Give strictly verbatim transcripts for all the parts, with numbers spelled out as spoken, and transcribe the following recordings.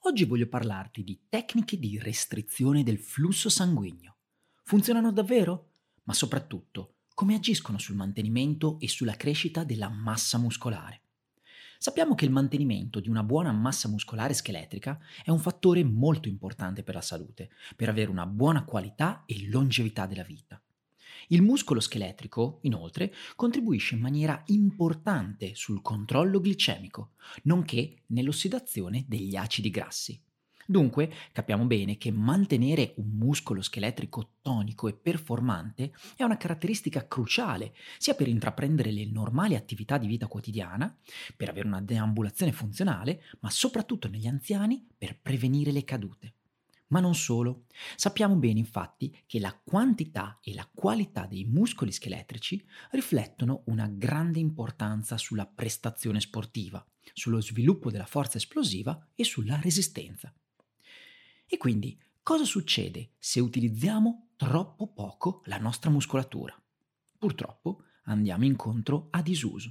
Oggi voglio parlarti di tecniche di restrizione del flusso sanguigno. Funzionano davvero? Ma soprattutto, come agiscono sul mantenimento e sulla crescita della massa muscolare? Sappiamo che il mantenimento di una buona massa muscolare scheletrica è un fattore molto importante per la salute, per avere una buona qualità e longevità della vita. Il muscolo scheletrico, inoltre, contribuisce in maniera importante sul controllo glicemico, nonché nell'ossidazione degli acidi grassi. Dunque, capiamo bene che mantenere un muscolo scheletrico tonico e performante è una caratteristica cruciale, sia per intraprendere le normali attività di vita quotidiana, per avere una deambulazione funzionale, ma soprattutto negli anziani per prevenire le cadute. Ma non solo. Sappiamo bene infatti che la quantità e la qualità dei muscoli scheletrici riflettono una grande importanza sulla prestazione sportiva, sullo sviluppo della forza esplosiva e sulla resistenza. E quindi cosa succede se utilizziamo troppo poco la nostra muscolatura? Purtroppo andiamo incontro a disuso.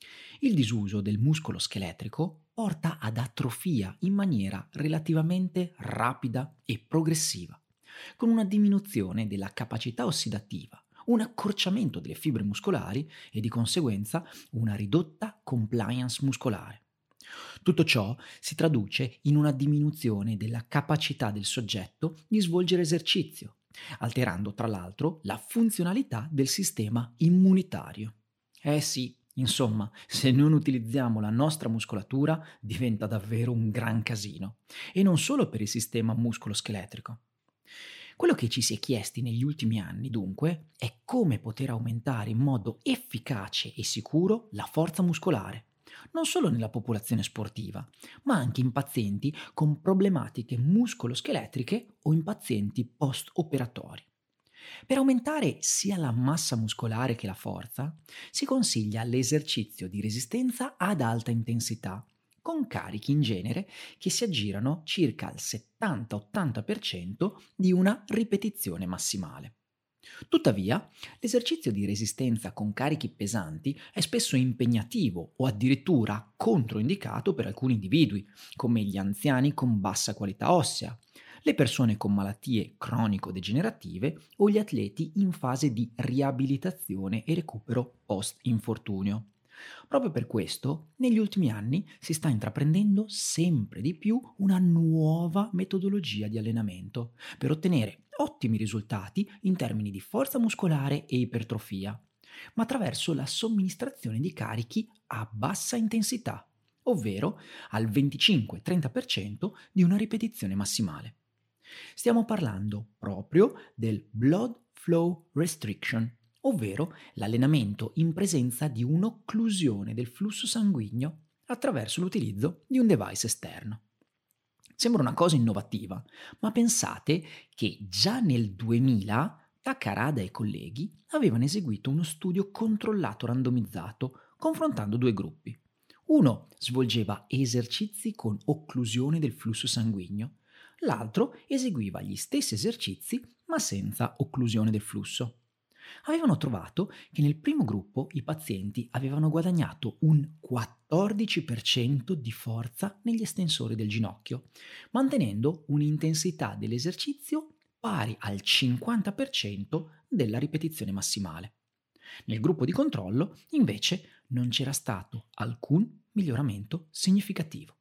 Il disuso del muscolo scheletrico porta ad atrofia in maniera relativamente rapida e progressiva, con una diminuzione della capacità ossidativa, un accorciamento delle fibre muscolari e di conseguenza una ridotta compliance muscolare. Tutto ciò si traduce in una diminuzione della capacità del soggetto di svolgere esercizio, alterando tra l'altro la funzionalità del sistema immunitario. Eh sì, insomma, se non utilizziamo la nostra muscolatura diventa davvero un gran casino, e non solo per il sistema muscolo-scheletrico. Quello che ci si è chiesti negli ultimi anni, dunque, è come poter aumentare in modo efficace e sicuro la forza muscolare, non solo nella popolazione sportiva, ma anche in pazienti con problematiche muscolo-scheletriche o in pazienti post-operatori. Per aumentare sia la massa muscolare che la forza, si consiglia l'esercizio di resistenza ad alta intensità, con carichi in genere che si aggirano circa al settanta-ottanta per cento di una ripetizione massimale. Tuttavia, l'esercizio di resistenza con carichi pesanti è spesso impegnativo o addirittura controindicato per alcuni individui, come gli anziani con bassa qualità ossea, le persone con malattie cronico-degenerative o gli atleti in fase di riabilitazione e recupero post-infortunio. Proprio per questo, negli ultimi anni si sta intraprendendo sempre di più una nuova metodologia di allenamento per ottenere ottimi risultati in termini di forza muscolare e ipertrofia, ma attraverso la somministrazione di carichi a bassa intensità, ovvero al venticinque-trenta per cento di una ripetizione massimale. Stiamo parlando proprio del blood flow restriction, ovvero l'allenamento in presenza di un'occlusione del flusso sanguigno attraverso l'utilizzo di un device esterno. Sembra una cosa innovativa, ma pensate che già nel duemila Takarada e colleghi avevano eseguito uno studio controllato randomizzato confrontando due gruppi. Uno svolgeva esercizi con occlusione del flusso sanguigno, l'altro eseguiva gli stessi esercizi ma senza occlusione del flusso. Avevano trovato che nel primo gruppo i pazienti avevano guadagnato un quattordici per cento di forza negli estensori del ginocchio, mantenendo un'intensità dell'esercizio pari al cinquanta per cento della ripetizione massimale. Nel gruppo di controllo, invece, non c'era stato alcun miglioramento significativo.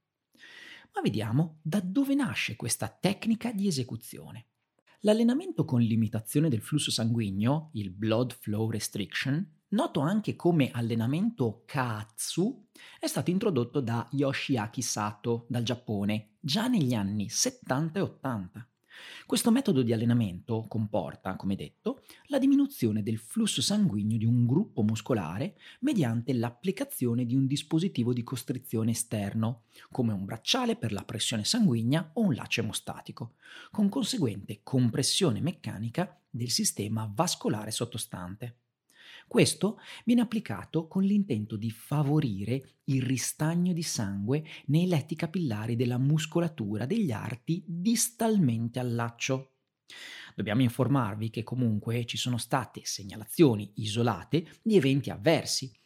Ma vediamo da dove nasce questa tecnica di esecuzione. L'allenamento con limitazione del flusso sanguigno, il blood flow restriction, noto anche come allenamento Kaatsu, è stato introdotto da Yoshiaki Sato dal Giappone già negli anni settanta e ottanta. Questo metodo di allenamento comporta, come detto, la diminuzione del flusso sanguigno di un gruppo muscolare mediante l'applicazione di un dispositivo di costrizione esterno, come un bracciale per la pressione sanguigna o un laccio emostatico, con conseguente compressione meccanica del sistema vascolare sottostante. Questo viene applicato con l'intento di favorire il ristagno di sangue nei letti capillari della muscolatura degli arti distalmente al laccio. Dobbiamo informarvi che comunque ci sono state segnalazioni isolate di eventi avversi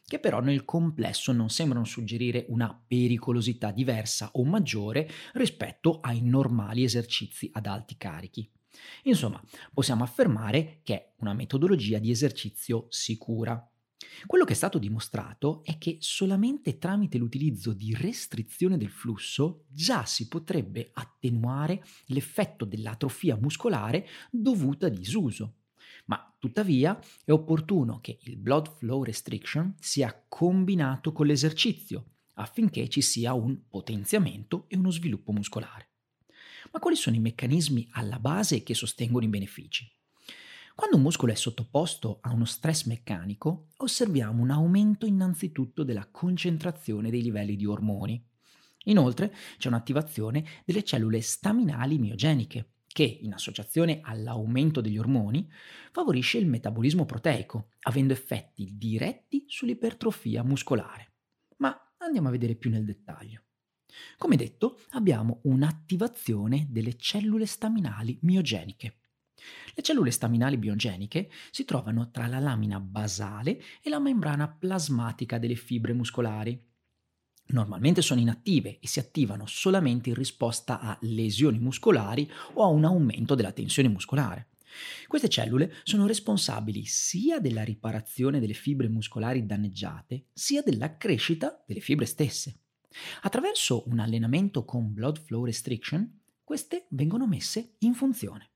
che però nel complesso non sembrano suggerire una pericolosità diversa o maggiore rispetto ai normali esercizi ad alti carichi. Insomma, possiamo affermare che è una metodologia di esercizio sicura. Quello che è stato dimostrato è che solamente tramite l'utilizzo di restrizione del flusso già si potrebbe attenuare l'effetto dell'atrofia muscolare dovuta a disuso. Ma tuttavia è opportuno che il blood flow restriction sia combinato con l'esercizio affinché ci sia un potenziamento e uno sviluppo muscolare. Ma quali sono i meccanismi alla base che sostengono i benefici? Quando un muscolo è sottoposto a uno stress meccanico, osserviamo un aumento innanzitutto della concentrazione dei livelli di ormoni. Inoltre c'è un'attivazione delle cellule staminali miogeniche, che, in associazione all'aumento degli ormoni, favorisce il metabolismo proteico, avendo effetti diretti sull'ipertrofia muscolare. Ma andiamo a vedere più nel dettaglio. Come detto, abbiamo un'attivazione delle cellule staminali miogeniche. Le cellule staminali biogeniche si trovano tra la lamina basale e la membrana plasmatica delle fibre muscolari. Normalmente sono inattive e si attivano solamente in risposta a lesioni muscolari o a un aumento della tensione muscolare. Queste cellule sono responsabili sia della riparazione delle fibre muscolari danneggiate, sia della crescita delle fibre stesse. Attraverso un allenamento con blood flow restriction, queste vengono messe in funzione.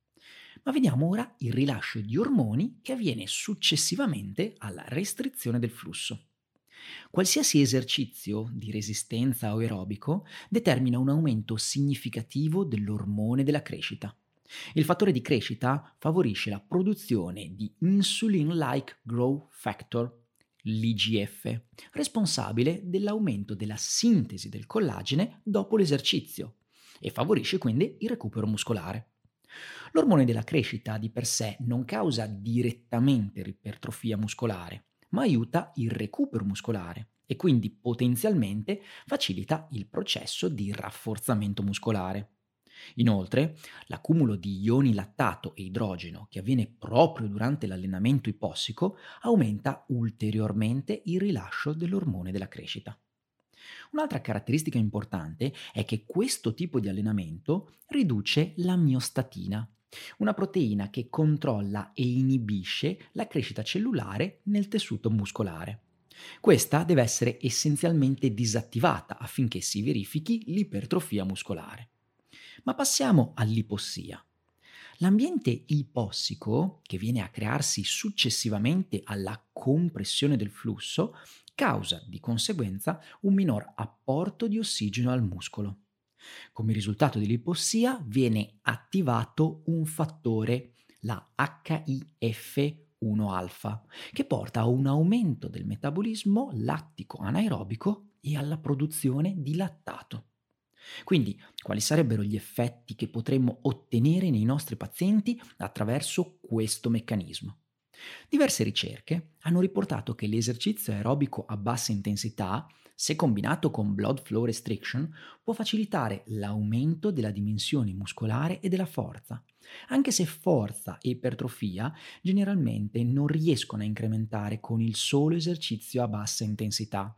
Ma vediamo ora il rilascio di ormoni che avviene successivamente alla restrizione del flusso. Qualsiasi esercizio di resistenza o aerobico determina un aumento significativo dell'ormone della crescita. Il fattore di crescita favorisce la produzione di Insulin-like Growth Factor, l'I G F, responsabile dell'aumento della sintesi del collagene dopo l'esercizio e favorisce quindi il recupero muscolare. L'ormone della crescita di per sé non causa direttamente l'ipertrofia muscolare, ma aiuta il recupero muscolare e quindi potenzialmente facilita il processo di rafforzamento muscolare. Inoltre, l'accumulo di ioni lattato e idrogeno che avviene proprio durante l'allenamento ipossico aumenta ulteriormente il rilascio dell'ormone della crescita. Un'altra caratteristica importante è che questo tipo di allenamento riduce la miostatina, una proteina che controlla e inibisce la crescita cellulare nel tessuto muscolare. Questa deve essere essenzialmente disattivata affinché si verifichi l'ipertrofia muscolare. Ma passiamo all'ipossia. L'ambiente ipossico, che viene a crearsi successivamente alla compressione del flusso, causa di conseguenza un minor apporto di ossigeno al muscolo. Come risultato dell'ipossia viene attivato un fattore, la H I F uno alfa, che porta a un aumento del metabolismo lattico anaerobico e alla produzione di lattato. Quindi, quali sarebbero gli effetti che potremmo ottenere nei nostri pazienti attraverso questo meccanismo? Diverse ricerche hanno riportato che l'esercizio aerobico a bassa intensità, se combinato con blood flow restriction, può facilitare l'aumento della dimensione muscolare e della forza, anche se forza e ipertrofia generalmente non riescono a incrementare con il solo esercizio a bassa intensità.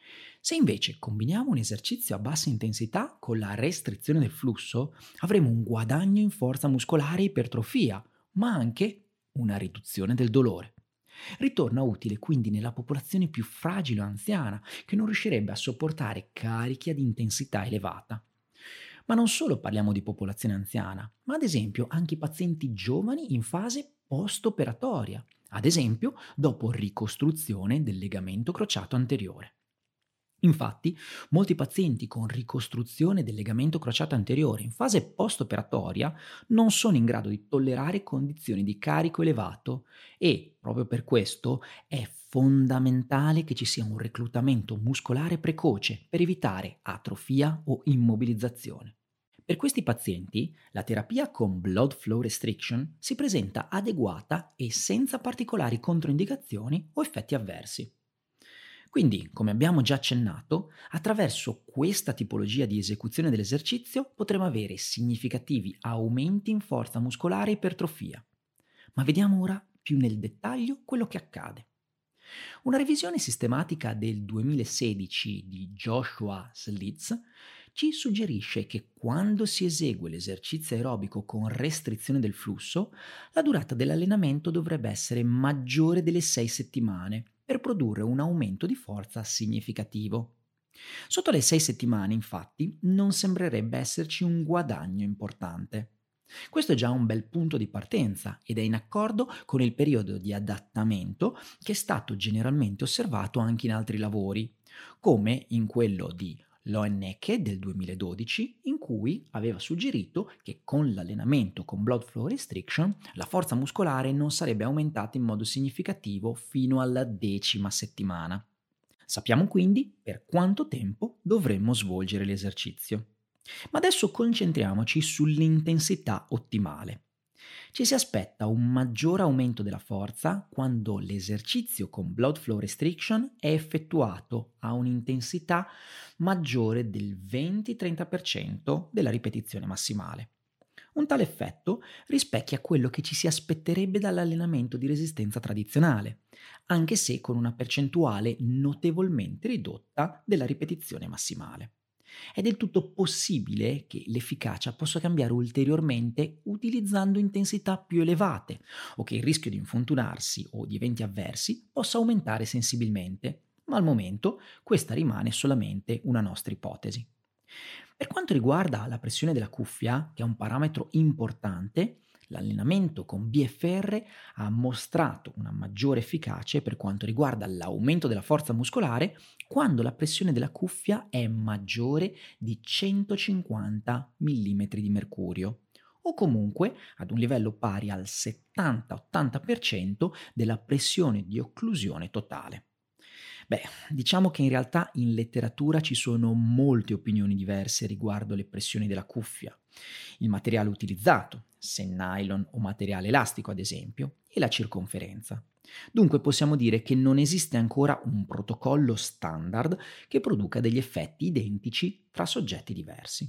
Se invece combiniamo un esercizio a bassa intensità con la restrizione del flusso, avremo un guadagno in forza muscolare e ipertrofia, ma anche una riduzione del dolore. Ritorna utile quindi nella popolazione più fragile o anziana, che non riuscirebbe a sopportare carichi ad intensità elevata. Ma non solo parliamo di popolazione anziana, ma ad esempio anche i pazienti giovani in fase post-operatoria, ad esempio dopo ricostruzione del legamento crociato anteriore. Infatti, molti pazienti con ricostruzione del legamento crociato anteriore in fase post-operatoria non sono in grado di tollerare condizioni di carico elevato e, proprio per questo, è fondamentale che ci sia un reclutamento muscolare precoce per evitare atrofia o immobilizzazione. Per questi pazienti, la terapia con blood flow restriction si presenta adeguata e senza particolari controindicazioni o effetti avversi. Quindi, come abbiamo già accennato, attraverso questa tipologia di esecuzione dell'esercizio potremo avere significativi aumenti in forza muscolare e ipertrofia. Ma vediamo ora più nel dettaglio quello che accade. Una revisione sistematica del duemilasedici di Joshua Slitz ci suggerisce che quando si esegue l'esercizio aerobico con restrizione del flusso, la durata dell'allenamento dovrebbe essere maggiore delle sei settimane per produrre un aumento di forza significativo. Sotto le sei settimane, infatti, non sembrerebbe esserci un guadagno importante. Questo è già un bel punto di partenza ed è in accordo con il periodo di adattamento che è stato generalmente osservato anche in altri lavori, come in quello di Loenneke del duemiladodici, in cui aveva suggerito che con l'allenamento con blood flow restriction la forza muscolare non sarebbe aumentata in modo significativo fino alla decima settimana. Sappiamo quindi per quanto tempo dovremmo svolgere l'esercizio. Ma adesso concentriamoci sull'intensità ottimale. Ci si aspetta un maggiore aumento della forza quando l'esercizio con blood flow restriction è effettuato a un'intensità maggiore del venti-trenta per cento della ripetizione massimale. Un tale effetto rispecchia quello che ci si aspetterebbe dall'allenamento di resistenza tradizionale, anche se con una percentuale notevolmente ridotta della ripetizione massimale. È del tutto possibile che l'efficacia possa cambiare ulteriormente utilizzando intensità più elevate o che il rischio di infortunarsi o di eventi avversi possa aumentare sensibilmente, ma al momento questa rimane solamente una nostra ipotesi. Per quanto riguarda la pressione della cuffia, che è un parametro importante, l'allenamento con B F R ha mostrato una maggiore efficacia per quanto riguarda l'aumento della forza muscolare quando la pressione della cuffia è maggiore di centocinquanta millimetri di mercurio o comunque ad un livello pari al settanta-ottanta per cento della pressione di occlusione totale. Beh, diciamo che in realtà in letteratura ci sono molte opinioni diverse riguardo le pressioni della cuffia, il materiale utilizzato, se nylon o materiale elastico ad esempio, e la circonferenza. Dunque possiamo dire che non esiste ancora un protocollo standard che produca degli effetti identici tra soggetti diversi.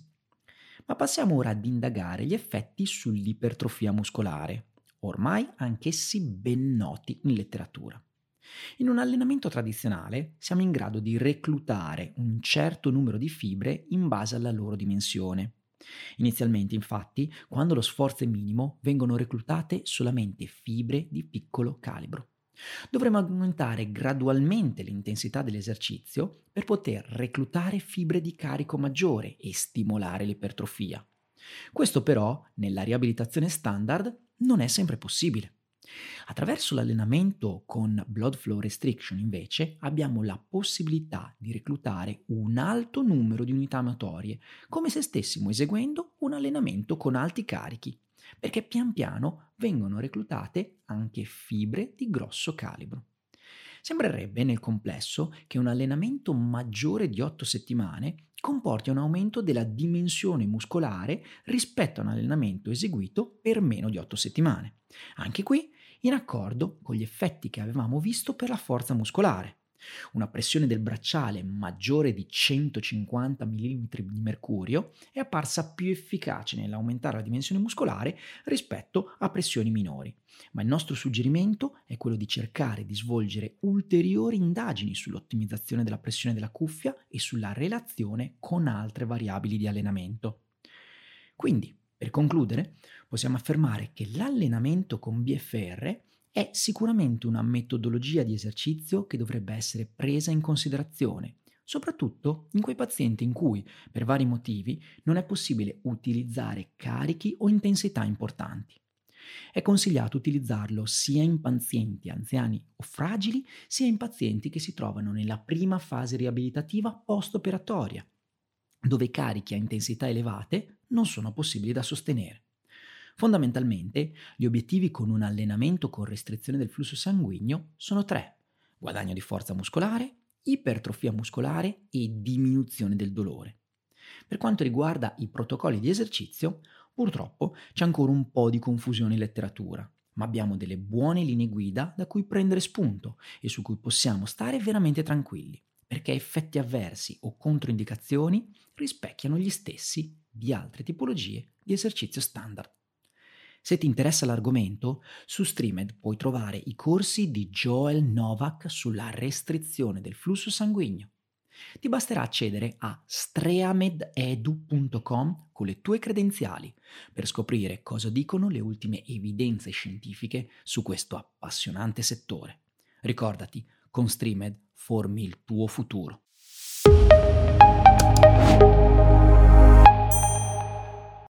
Ma passiamo ora ad indagare gli effetti sull'ipertrofia muscolare, ormai anch'essi ben noti in letteratura. In un allenamento tradizionale siamo in grado di reclutare un certo numero di fibre in base alla loro dimensione. Inizialmente, infatti, quando lo sforzo è minimo, vengono reclutate solamente fibre di piccolo calibro. Dovremo aumentare gradualmente l'intensità dell'esercizio per poter reclutare fibre di carico maggiore e stimolare l'ipertrofia. Questo però, nella riabilitazione standard, non è sempre possibile. Attraverso l'allenamento con blood flow restriction, invece, abbiamo la possibilità di reclutare un alto numero di unità motorie, come se stessimo eseguendo un allenamento con alti carichi, perché pian piano vengono reclutate anche fibre di grosso calibro. Sembrerebbe nel complesso che un allenamento maggiore di otto settimane comporti un aumento della dimensione muscolare rispetto a un allenamento eseguito per meno di otto settimane. Anche qui in accordo con gli effetti che avevamo visto per la forza muscolare. Una pressione del bracciale maggiore di centocinquanta millimetri di mercurio è apparsa più efficace nell'aumentare la dimensione muscolare rispetto a pressioni minori, ma il nostro suggerimento è quello di cercare di svolgere ulteriori indagini sull'ottimizzazione della pressione della cuffia e sulla relazione con altre variabili di allenamento. Quindi, per concludere, possiamo affermare che l'allenamento con B F R è sicuramente una metodologia di esercizio che dovrebbe essere presa in considerazione, soprattutto in quei pazienti in cui, per vari motivi, non è possibile utilizzare carichi o intensità importanti. È consigliato utilizzarlo sia in pazienti anziani o fragili, sia in pazienti che si trovano nella prima fase riabilitativa post-operatoria, dove carichi a intensità elevate non sono possibili da sostenere. Fondamentalmente, gli obiettivi con un allenamento con restrizione del flusso sanguigno sono tre: guadagno di forza muscolare, ipertrofia muscolare e diminuzione del dolore. Per quanto riguarda i protocolli di esercizio, purtroppo c'è ancora un po' di confusione in letteratura, ma abbiamo delle buone linee guida da cui prendere spunto e su cui possiamo stare veramente tranquilli, perché effetti avversi o controindicazioni rispecchiano gli stessi di altre tipologie di esercizio standard. Se ti interessa l'argomento, su Streamed puoi trovare i corsi di Joel Novak sulla restrizione del flusso sanguigno. Ti basterà accedere a streamededu punto com con le tue credenziali per scoprire cosa dicono le ultime evidenze scientifiche su questo appassionante settore. Ricordati, con Streamed formi il tuo futuro.